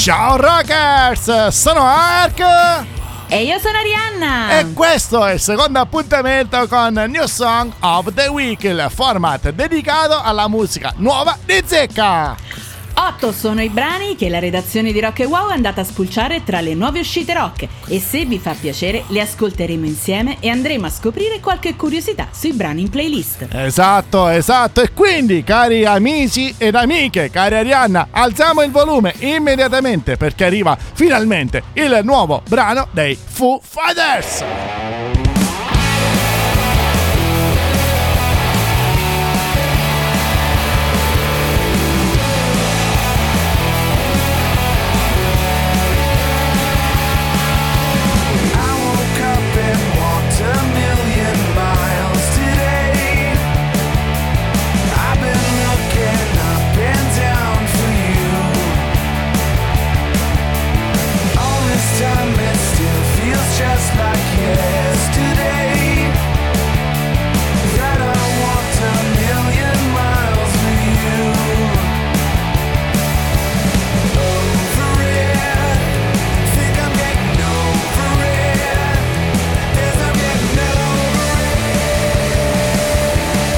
Ciao Rockers, sono Ark e io sono Arianna e questo è il secondo appuntamento con New Song of the Week, il format dedicato alla musica nuova di Zecca. 8 sono i brani che la redazione di Rock e Wow è andata a spulciare tra le nuove uscite rock e se vi fa piacere li ascolteremo insieme e andremo a scoprire qualche curiosità sui brani in playlist. Esatto, e quindi cari amici ed amiche, cari Arianna, alziamo il volume immediatamente perché arriva finalmente il nuovo brano dei Foo Fighters. Just like yesterday, that I walked 1,000,000 miles with you. Over it, think I'm getting over it. Yes, I'm getting over it.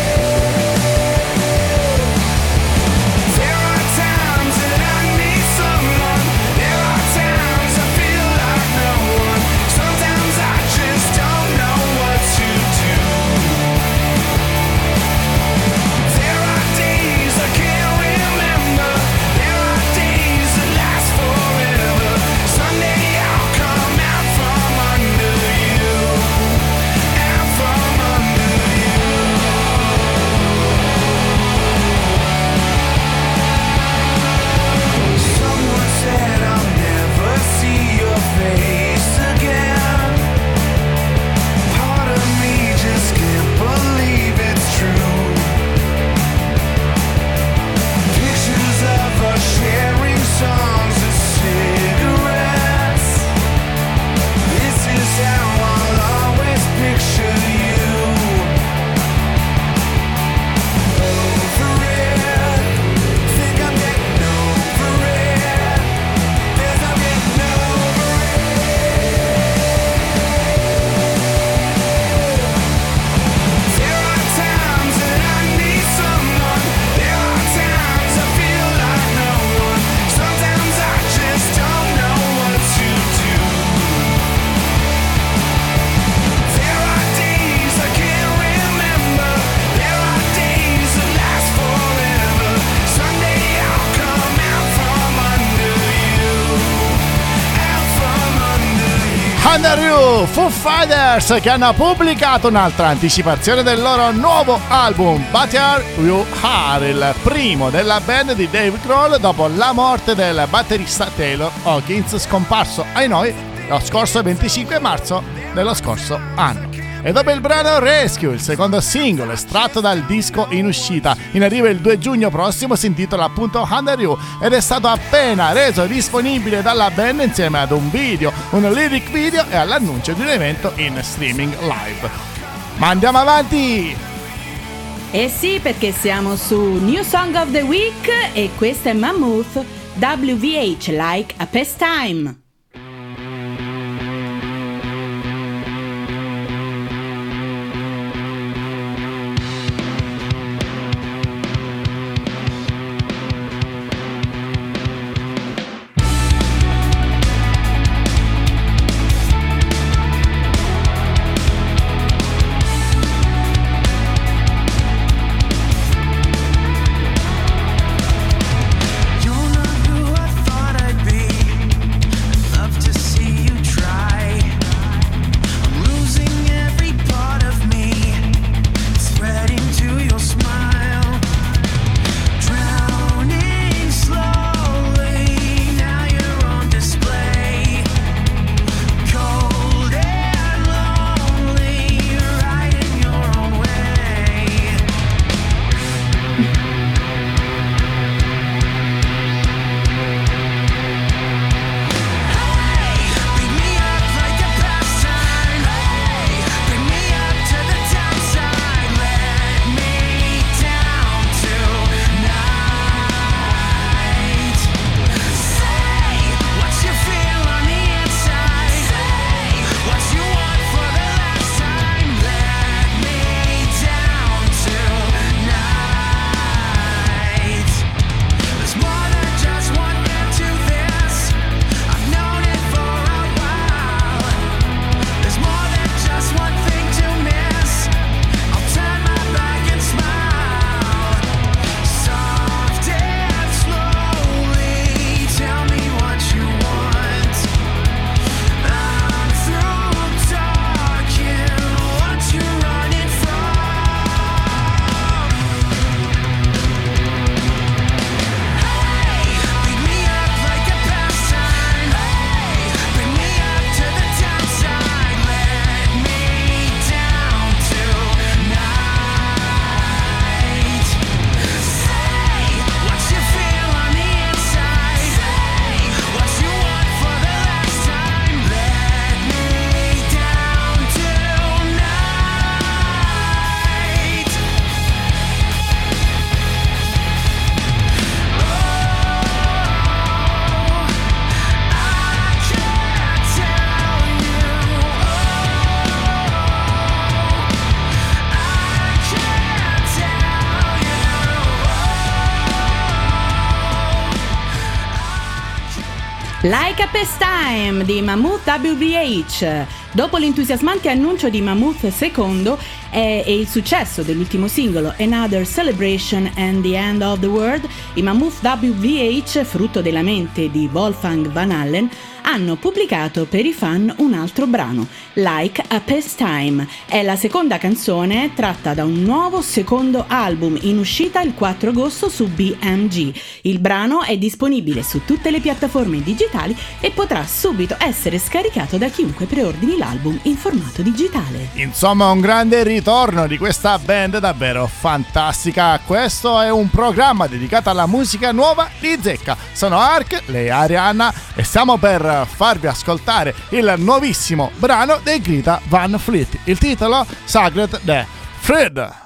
There are times that I need someone. There are times I feel like no one. Sometimes I just don't know what to do. There are days I can't remember. There are days that last forever. Someday I'll come out from under you. Out from under you. Someone said I'll never see your face again. Part of me just can't believe it's true. Pictures of us sharing songs and cigarettes. This is how I'll always picture you. Over it, think I'm getting over it. Yes, I'm getting over it. There are times that I need someone. There are times I feel like no one. Sometimes I just don't know what to do. There are days I can't remember. There are days that last forever. Someday I'll come out from under you. Out from under you. Under You, Foo Fighters, che hanno pubblicato un'altra anticipazione del loro nuovo album But Here You Are, il primo della band di Dave Grohl dopo la morte del batterista Taylor Hawkins, scomparso ai noi lo scorso 25 marzo dello scorso anno. E dopo il brano Rescue, il secondo singolo estratto dal disco in uscita, in arrivo il 2 giugno prossimo, si intitola appunto Under You ed è stato appena reso disponibile dalla band insieme ad un video, un lyric video e all'annuncio di un evento in streaming live. Ma andiamo avanti! Eh sì, perché siamo su New Song of the Week e questa è Mammoth, WVH Like a Pastime. You're not who I thought I'd be. Like a Pastime di Mammoth WVH. Dopo l'entusiasmante annuncio di Mammoth II e il successo dell'ultimo singolo Another Celebration and the End of the World, i Mammoth WVH, frutto della mente di Wolfgang Van Halen, hanno pubblicato per i fan un altro brano, Like a Pastime. È la seconda canzone tratta da un nuovo secondo album in uscita il 4 agosto su BMG. Il brano è disponibile su tutte le piattaforme digitali e potrà subito essere scaricato da chiunque preordini l'album in formato digitale. Insomma, un grande ritorno di questa band davvero fantastica. Questo è un programma dedicato alla musica nuova di Zecca. Sono Ark, lei è Arianna e stiamo per farvi ascoltare il nuovissimo brano dei Greta Van Fleet. Il titolo Sacred the Fred.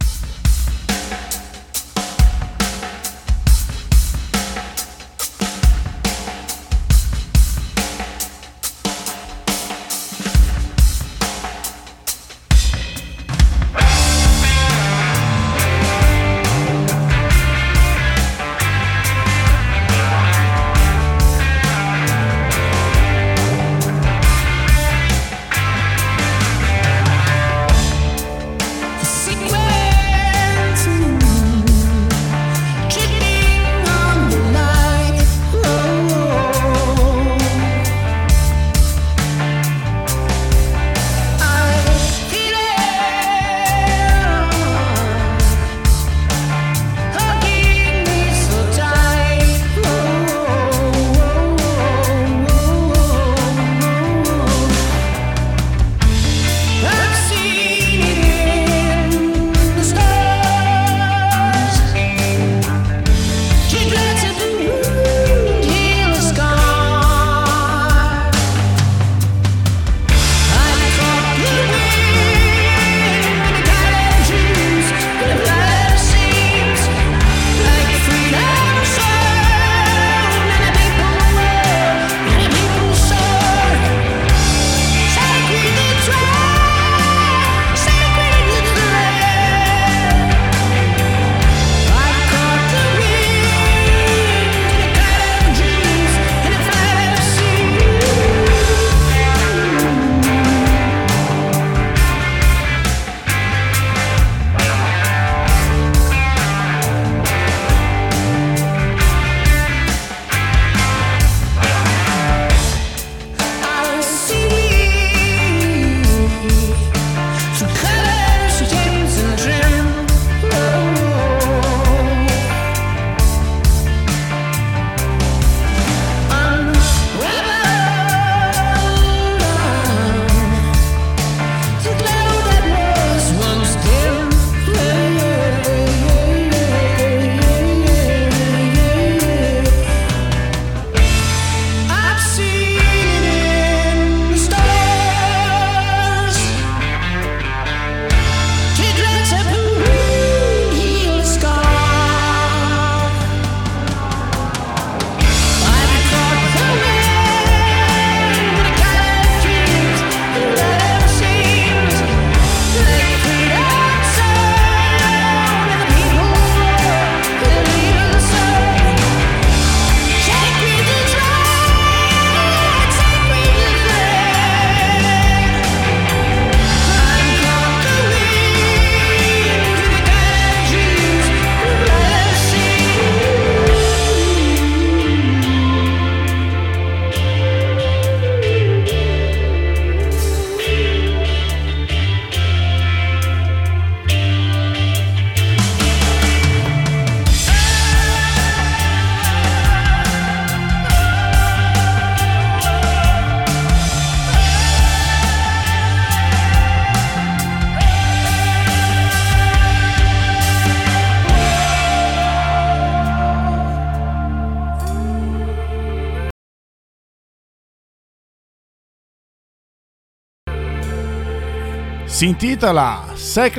Si intitola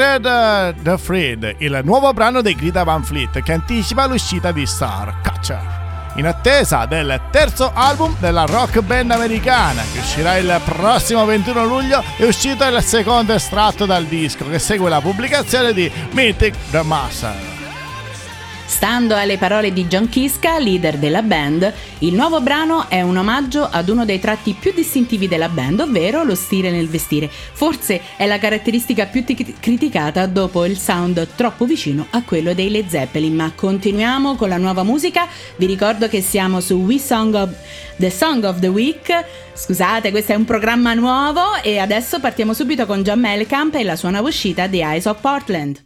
Sacred the Freed, il nuovo brano dei Greta Van Fleet che anticipa l'uscita di Starcatcher. In attesa del terzo album della rock band americana che uscirà il prossimo 21 luglio, è uscito il secondo estratto dal disco che segue la pubblicazione di Mythic the Master. Stando alle parole di John Kiska, leader della band, il nuovo brano è un omaggio ad uno dei tratti più distintivi della band, ovvero lo stile nel vestire. Forse è la caratteristica più criticata dopo il sound troppo vicino a quello dei Led Zeppelin. Ma continuiamo con la nuova musica. Vi ricordo che siamo su The Song of the Week. Scusate, questo è un programma nuovo e adesso partiamo subito con John Mellencamp e la sua nuova uscita The Eyes of Portland.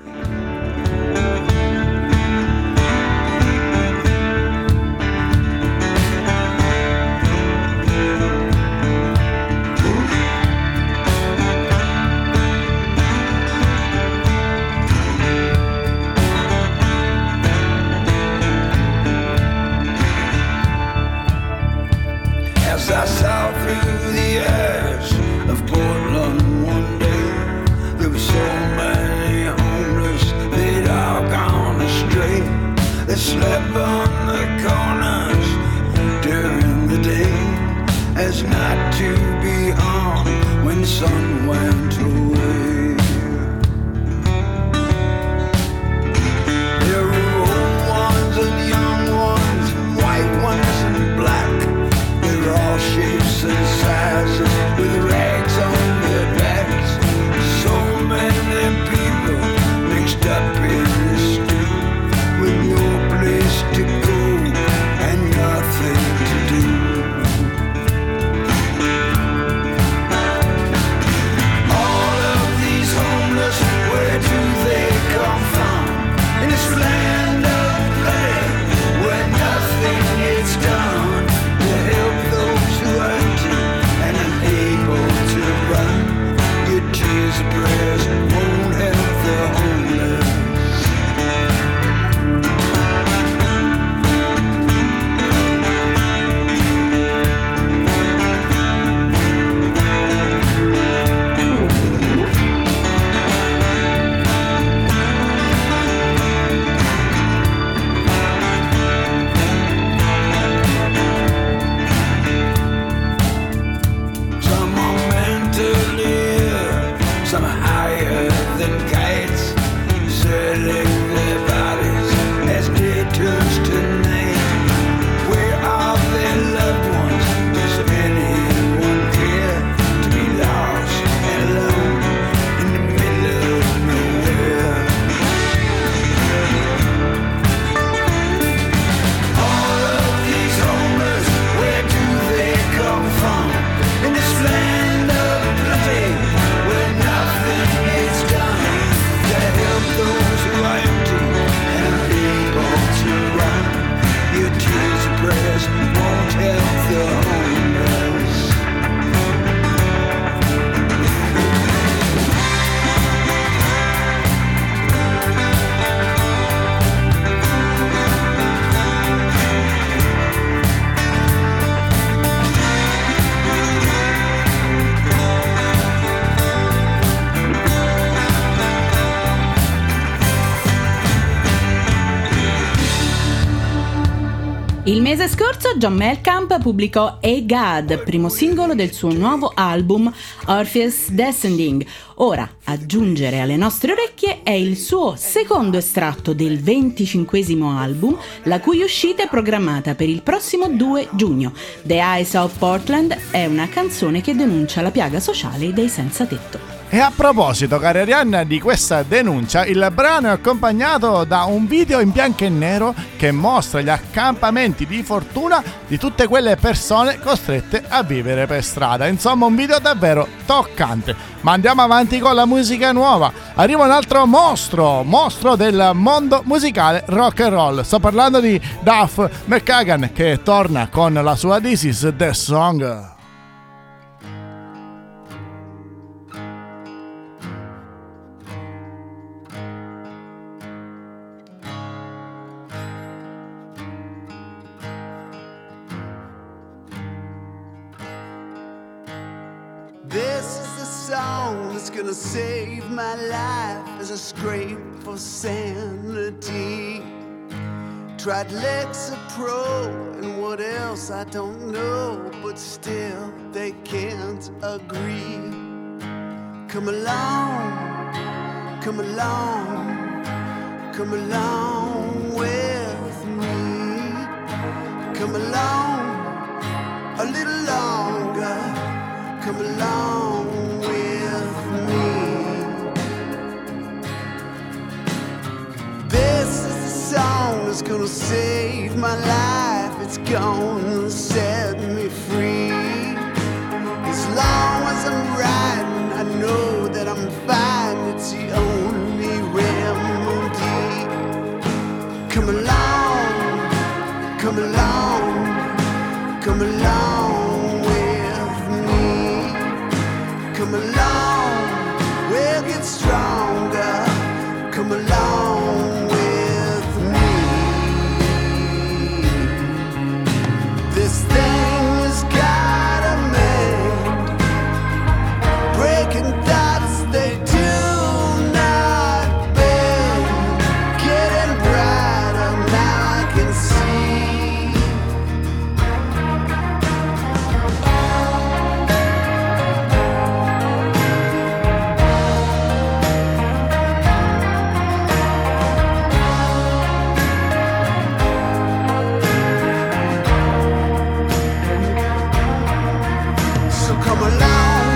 As I saw through the eyes of Portland one day, there were so many homeless, they'd all gone astray. They slept on the corners during the day, as not to be on when the sun went away. There were old ones and young ones, and white ones and black. All shapes and sizes with rags on their backs. So many people mixed up in the street with no place to go and nothing to do. All of these homeless, where do they come from? In this land of plenty where nothing is done. Tears and prayers won't help the homeless. Some are mentally, some are higher than kites, selling their bodies as day turns to night. Where are their loved ones? Does anyone care to be lost and alone in the middle of nowhere? All of these homeless, where do they come from? In this land of plenty, where nothing is done to help those who are empty and unable to run. Your tears and prayers won't help the homeless. Il mese scorso John Mellencamp pubblicò Hey God, primo singolo del suo nuovo album Orpheus Descending. Ora, aggiungere alle nostre orecchie è il suo secondo estratto del 25esimo album, la cui uscita è programmata per il prossimo 2 giugno. The Eyes of Portland è una canzone che denuncia la piaga sociale dei senza tetto. E a proposito, cari Arianna, di questa denuncia, il brano è accompagnato da un video in bianco e nero che mostra gli accampamenti di fortuna di tutte quelle persone costrette a vivere per strada. Insomma, un video davvero toccante. Ma andiamo avanti con la musica nuova. Arriva un altro mostro del mondo musicale rock and roll. Sto parlando di Duff McKagan, che torna con la sua This Is The Song. This is the song that's gonna save my life as I scrape for sanity. Tried Lexapro and what else I don't know, but still they can't agree. Come along, come along, come along with come along a little longer, come along with me. This is the song that's gonna save my life, it's gonna set me free. As long as I'm riding, I know that I'm fine, it's the only remedy. Come along, come along, come along with me. Come along, we'll get stronger. Come along with me. This thing has got a mend. Breaking thoughts, they do not bend. Getting brighter, now I can see. So come along,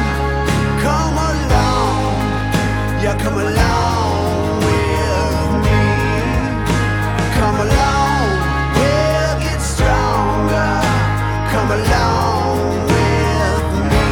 yeah, come along with me. Come along, we'll get stronger. Come along with me.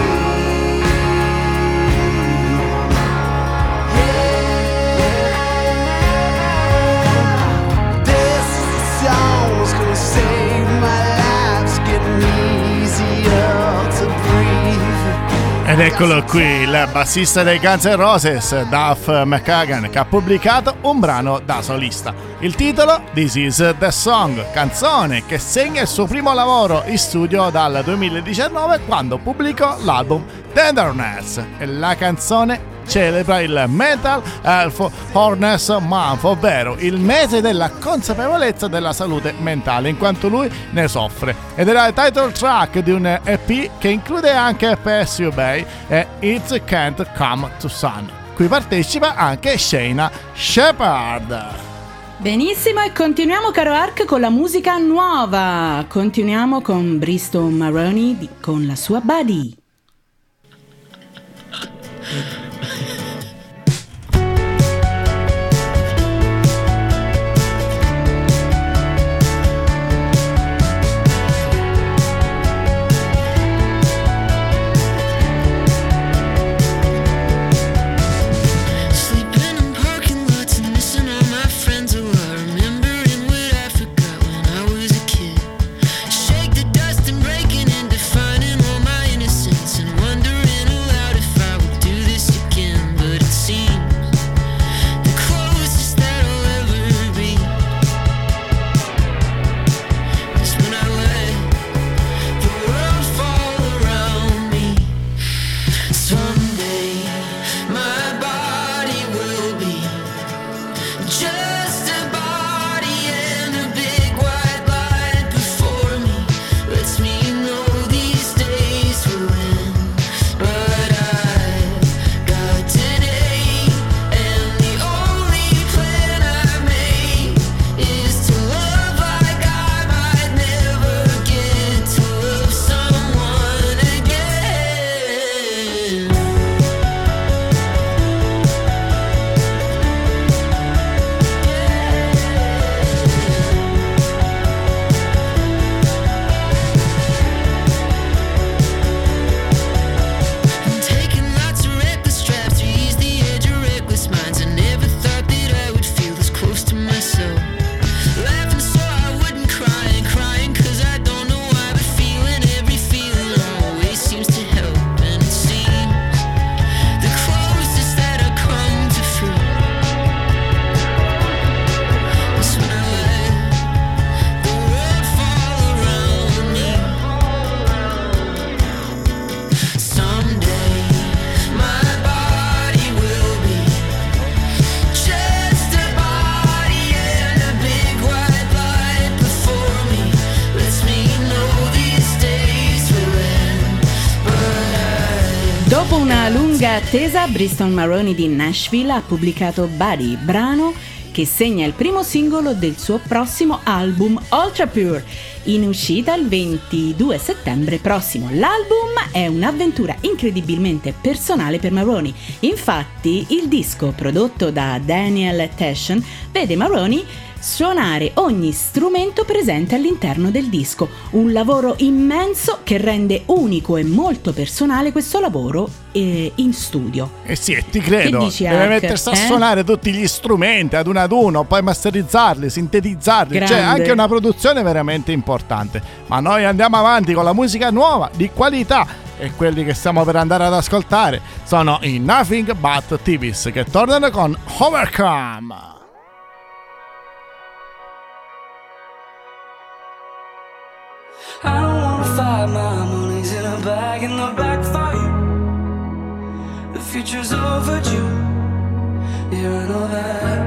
Yeah, this is the song that's gonna save my life. It's getting easier to breathe. Ed eccolo qui, il bassista dei Guns N' Roses, Duff McKagan, che ha pubblicato un brano da solista. Il titolo, This Is The Song, canzone che segna il suo primo lavoro in studio dal 2019, quando pubblicò l'album Tenderness. E la canzone celebra il Mental Health Awareness Month, ovvero il mese della consapevolezza della salute mentale, in quanto lui ne soffre. Ed era il title track di un EP che include anche Pass You By e It Can't Come To Sun. Qui partecipa anche Shayna Shepherd. Benissimo, e continuiamo, caro Ark, con la musica nuova. Continuiamo con Bristol Maroney con la sua Buddy. Sleeping in parking lots and missing all my friends a lot. Remembering what I forgot when I was a kid. Shake the dust and breaking and defining all my innocence, and wondering aloud if I would do this again. But it seems the closest that I'll ever be is when I let the world fall around me. Someday my body will be just a body, and a big white light before me lets me know these days will end. But I've got today, and the only plan I made is to love like I might never get to love someone again. I'm taking lots of reckless straps to ease the edge of reckless minds. I never thought that I would feel this close to myself. Laughing so I wouldn't cry, and crying 'cause I don't know why, but feeling every feeling always seems to help. And it seems the closest that I come to free is when I let the world fall around me. Someday my body will be just a body, and a big white light before me lets me know these days will end. But Dopo una lunga attesa, Bristol Maroney di Nashville ha pubblicato Buddy, brano che segna il primo singolo del suo prossimo album Ultra Pure, in uscita il 22 settembre prossimo. L'album è un'avventura incredibilmente personale per Maroney. Infatti, il disco prodotto da Daniel Tashian vede Maroney suonare ogni strumento presente all'interno del disco, un lavoro immenso che rende unico e molto personale questo lavoro in studio. Sì, ti credo. Che dici, deve Ark? mettersi a suonare tutti gli strumenti ad uno, poi masterizzarli, sintetizzarli. Grande. Cioè, anche una produzione veramente importante. Ma noi andiamo avanti con la musica nuova, di qualità. E quelli che stiamo per andare ad ascoltare sono i Nothing But Thieves, che tornano con Overcome. I don't wanna fight, my money's in a bag in the back for you. The future's overdue, yeah, I know that.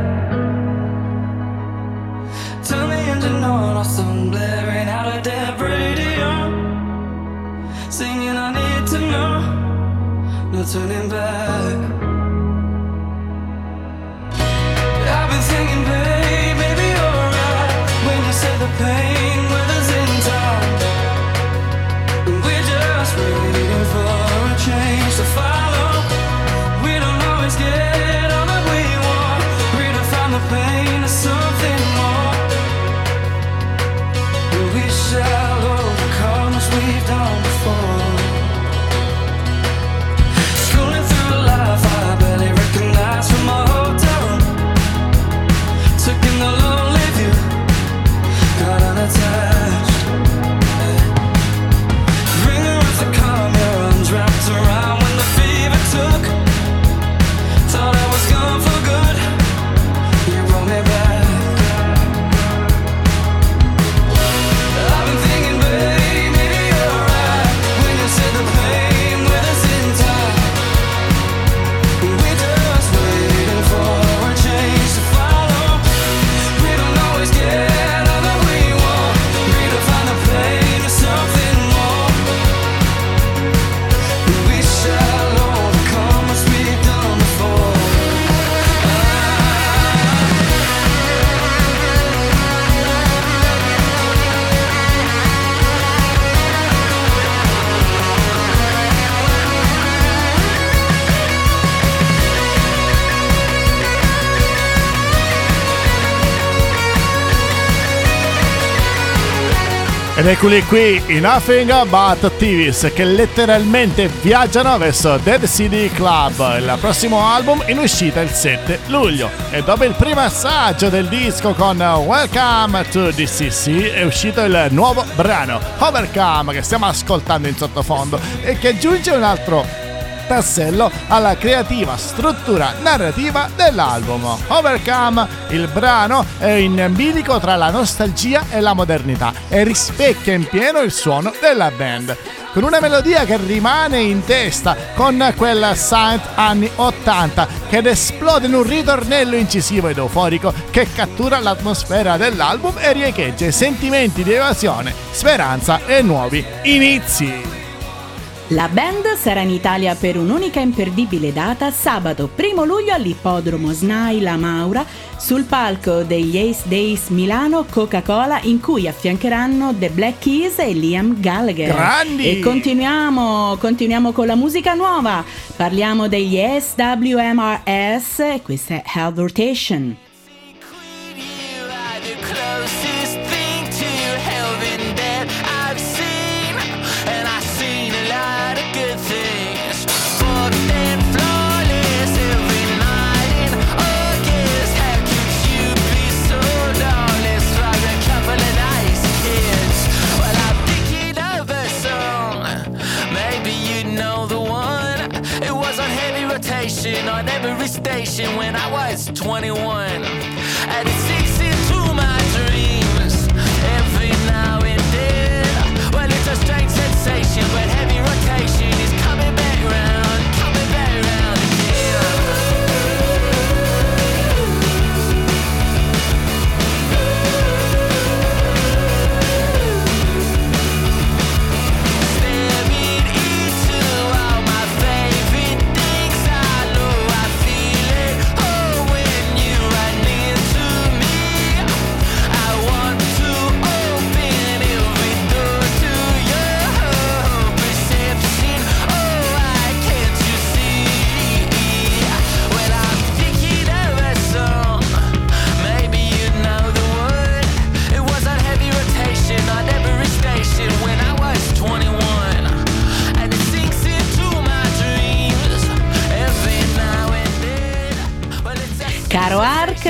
Turn the engine on, our song blaring out a dead radio, singing I need to know, no turning back. I've been thinking, babe, maybe you're right when you said the pain weathers in time. We're just waiting for a change to follow. We don't always get all that we want. Redefine the pain to something more. We shall overcome as we've done before. Scrolling through life, I barely recognize from my hotel room. Took in the lonely view, got unattached. Ringer of the calm, your arms wrapped around when the fever took. Thought I was gone for good, you brought me back. I've been thinking, babe, maybe you're right when you said the pain with us in time. We're just waiting for a change to follow. We don't always get all that we want. Redefine the pain to something more. We shall overcome as we've done before. Ed eccoli qui, i Nothing But Thieves, che letteralmente viaggiano verso Dead City Club, il prossimo album in uscita il 7 luglio. E dopo il primo assaggio del disco con Welcome to DCC è uscito il nuovo brano Overcome, che stiamo ascoltando in sottofondo e che aggiunge un altro tassello alla creativa struttura narrativa dell'album. Overcome, il brano, è in bilico tra la nostalgia e la modernità e rispecchia in pieno il suono della band, con una melodia che rimane in testa con quel sound anni 80 che esplode in un ritornello incisivo ed euforico che cattura l'atmosfera dell'album e riecheggia i sentimenti di evasione, speranza e nuovi inizi. La band sarà in Italia per un'unica imperdibile data sabato 1 luglio all'Ippodromo SNAI La Maura sul palco degli Ace Days Milano Coca-Cola, in cui affiancheranno The Black Keys e Liam Gallagher. Grandi! E continuiamo con la musica nuova. Parliamo degli SWMRS e questa è Hell Rotation. You are the closest thing to heaven that I've seen, and I've seen a lot of good things. Fucked and flawless every night in August. How could you be so lawless? Like a couple of nice kids. Well, I'm thinking of a song. Maybe you know the one. It was on heavy rotation on every station when I was 21.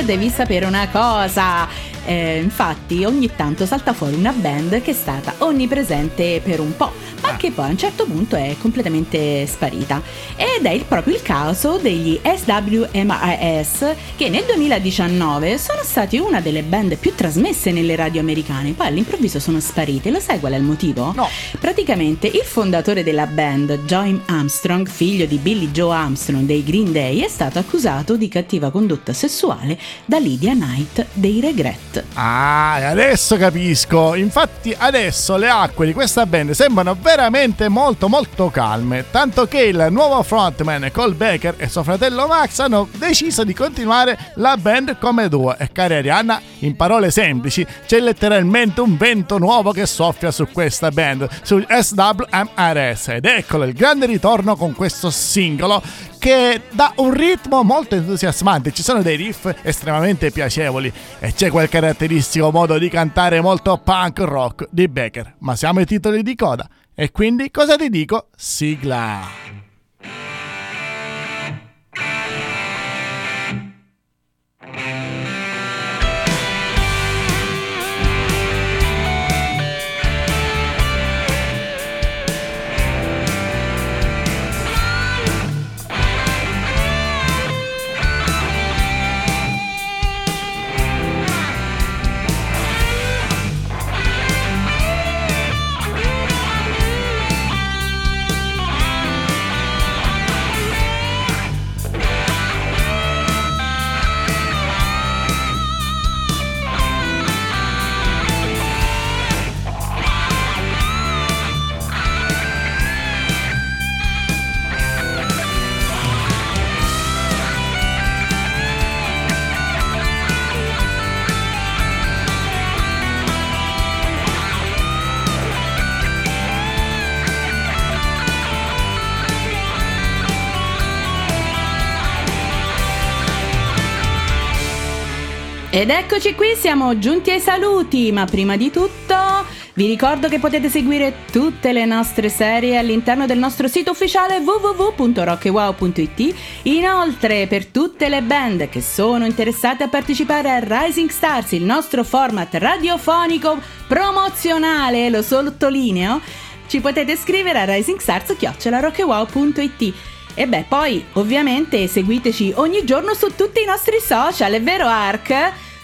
devi sapere una cosa. Infatti ogni tanto salta fuori una band che è stata onnipresente per un po', ma che poi a un certo punto è completamente sparita, ed è proprio il caso degli SWMRS, che nel 2019 sono stati una delle band più trasmesse nelle radio americane, poi all'improvviso sono sparite. Lo sai qual è il motivo? No. Praticamente il fondatore della band, Joy Armstrong, figlio di Billy Joe Armstrong dei Green Day, è stato accusato di cattiva condotta sessuale da Lydia Knight dei Regret. Ah, adesso capisco. Infatti adesso le acque di questa band sembrano veramente molto molto calme, tanto che il nuovo frontman Cole Baker e suo fratello Max hanno deciso di continuare la band come duo. E cara Arianna, in parole semplici, c'è letteralmente un vento nuovo che soffia su questa band, sugli SWMRS, ed eccolo il grande ritorno con questo singolo che dà un ritmo molto entusiasmante. Ci sono dei riff estremamente piacevoli e c'è quel caratteristico modo di cantare molto punk rock di Baker. Ma siamo ai titoli di coda e quindi cosa ti dico? Sigla! Ed eccoci qui, siamo giunti ai saluti, ma prima di tutto vi ricordo che potete seguire tutte le nostre serie all'interno del nostro sito ufficiale www.rockewow.it. Inoltre, per tutte le band che sono interessate a partecipare a Rising Stars, il nostro format radiofonico promozionale, lo sottolineo, ci potete scrivere a risingstars@rockewow.it. E beh, poi ovviamente seguiteci ogni giorno su tutti i nostri social, è vero Ark?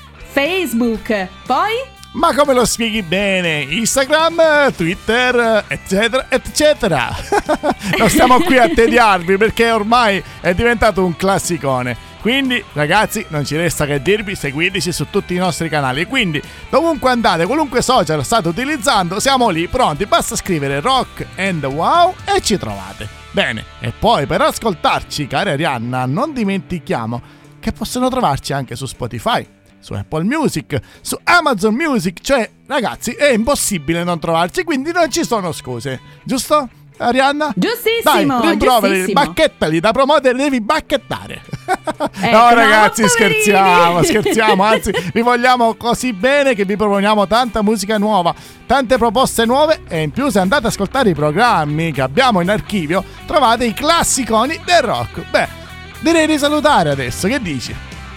Facebook, poi? Ma come lo spieghi bene? Instagram, Twitter, eccetera, eccetera. Non stiamo qui a tediarvi perché ormai è diventato un classicone. Quindi ragazzi, non ci resta che dirvi, seguiteci su tutti i nostri canali. Quindi dovunque andate, qualunque social state utilizzando, siamo lì pronti. Basta scrivere Rock and Wow e ci trovate. Bene, e poi per ascoltarci, cara Arianna, non dimentichiamo che possono trovarci anche su Spotify, su Apple Music, su Amazon Music. Cioè, ragazzi, è impossibile non trovarci, quindi non ci sono scuse, giusto? Arianna? Giustissimo, dai, rimproveri, giustissimo. bacchettali da promotere, devi bacchettare. Ecco, no ragazzi, no, scherziamo, anzi vi vogliamo così bene che vi proponiamo tanta musica nuova, tante proposte nuove, e in più se andate ad ascoltare i programmi che abbiamo in archivio trovate i classiconi del rock. Beh, direi di salutare adesso, che dici?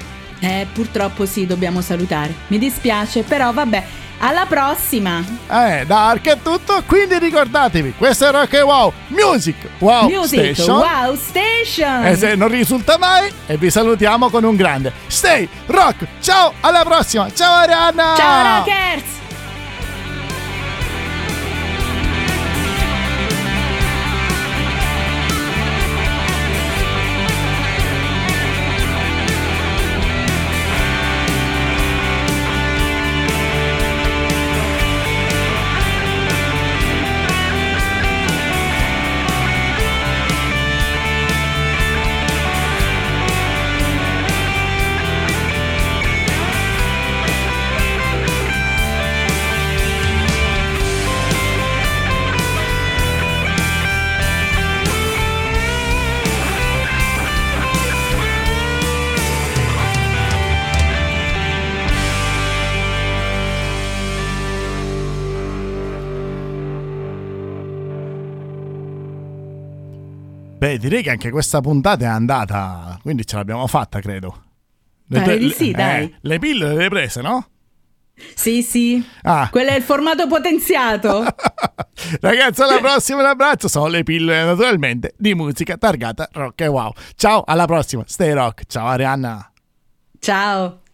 Purtroppo sì, dobbiamo salutare, mi dispiace, però vabbè, alla prossima. Da Ark è tutto, quindi ricordatevi, questo è Rock and Wow Music Wow Music Station. Wow Station. E se non risulta mai, e vi salutiamo con un grande Stay Rock. Ciao, alla prossima. Ciao Arianna. Ciao Rockers. Beh, direi che anche questa puntata è andata, quindi ce l'abbiamo fatta, credo. Pare di sì, dai. Le pillole le hai prese, no? Sì. Ah. Quello è il formato potenziato. Ragazzi, alla prossima, un abbraccio. Sono le pillole naturalmente di musica targata Rock e Wow. Ciao, alla prossima. Stay rock. Ciao Arianna. Ciao.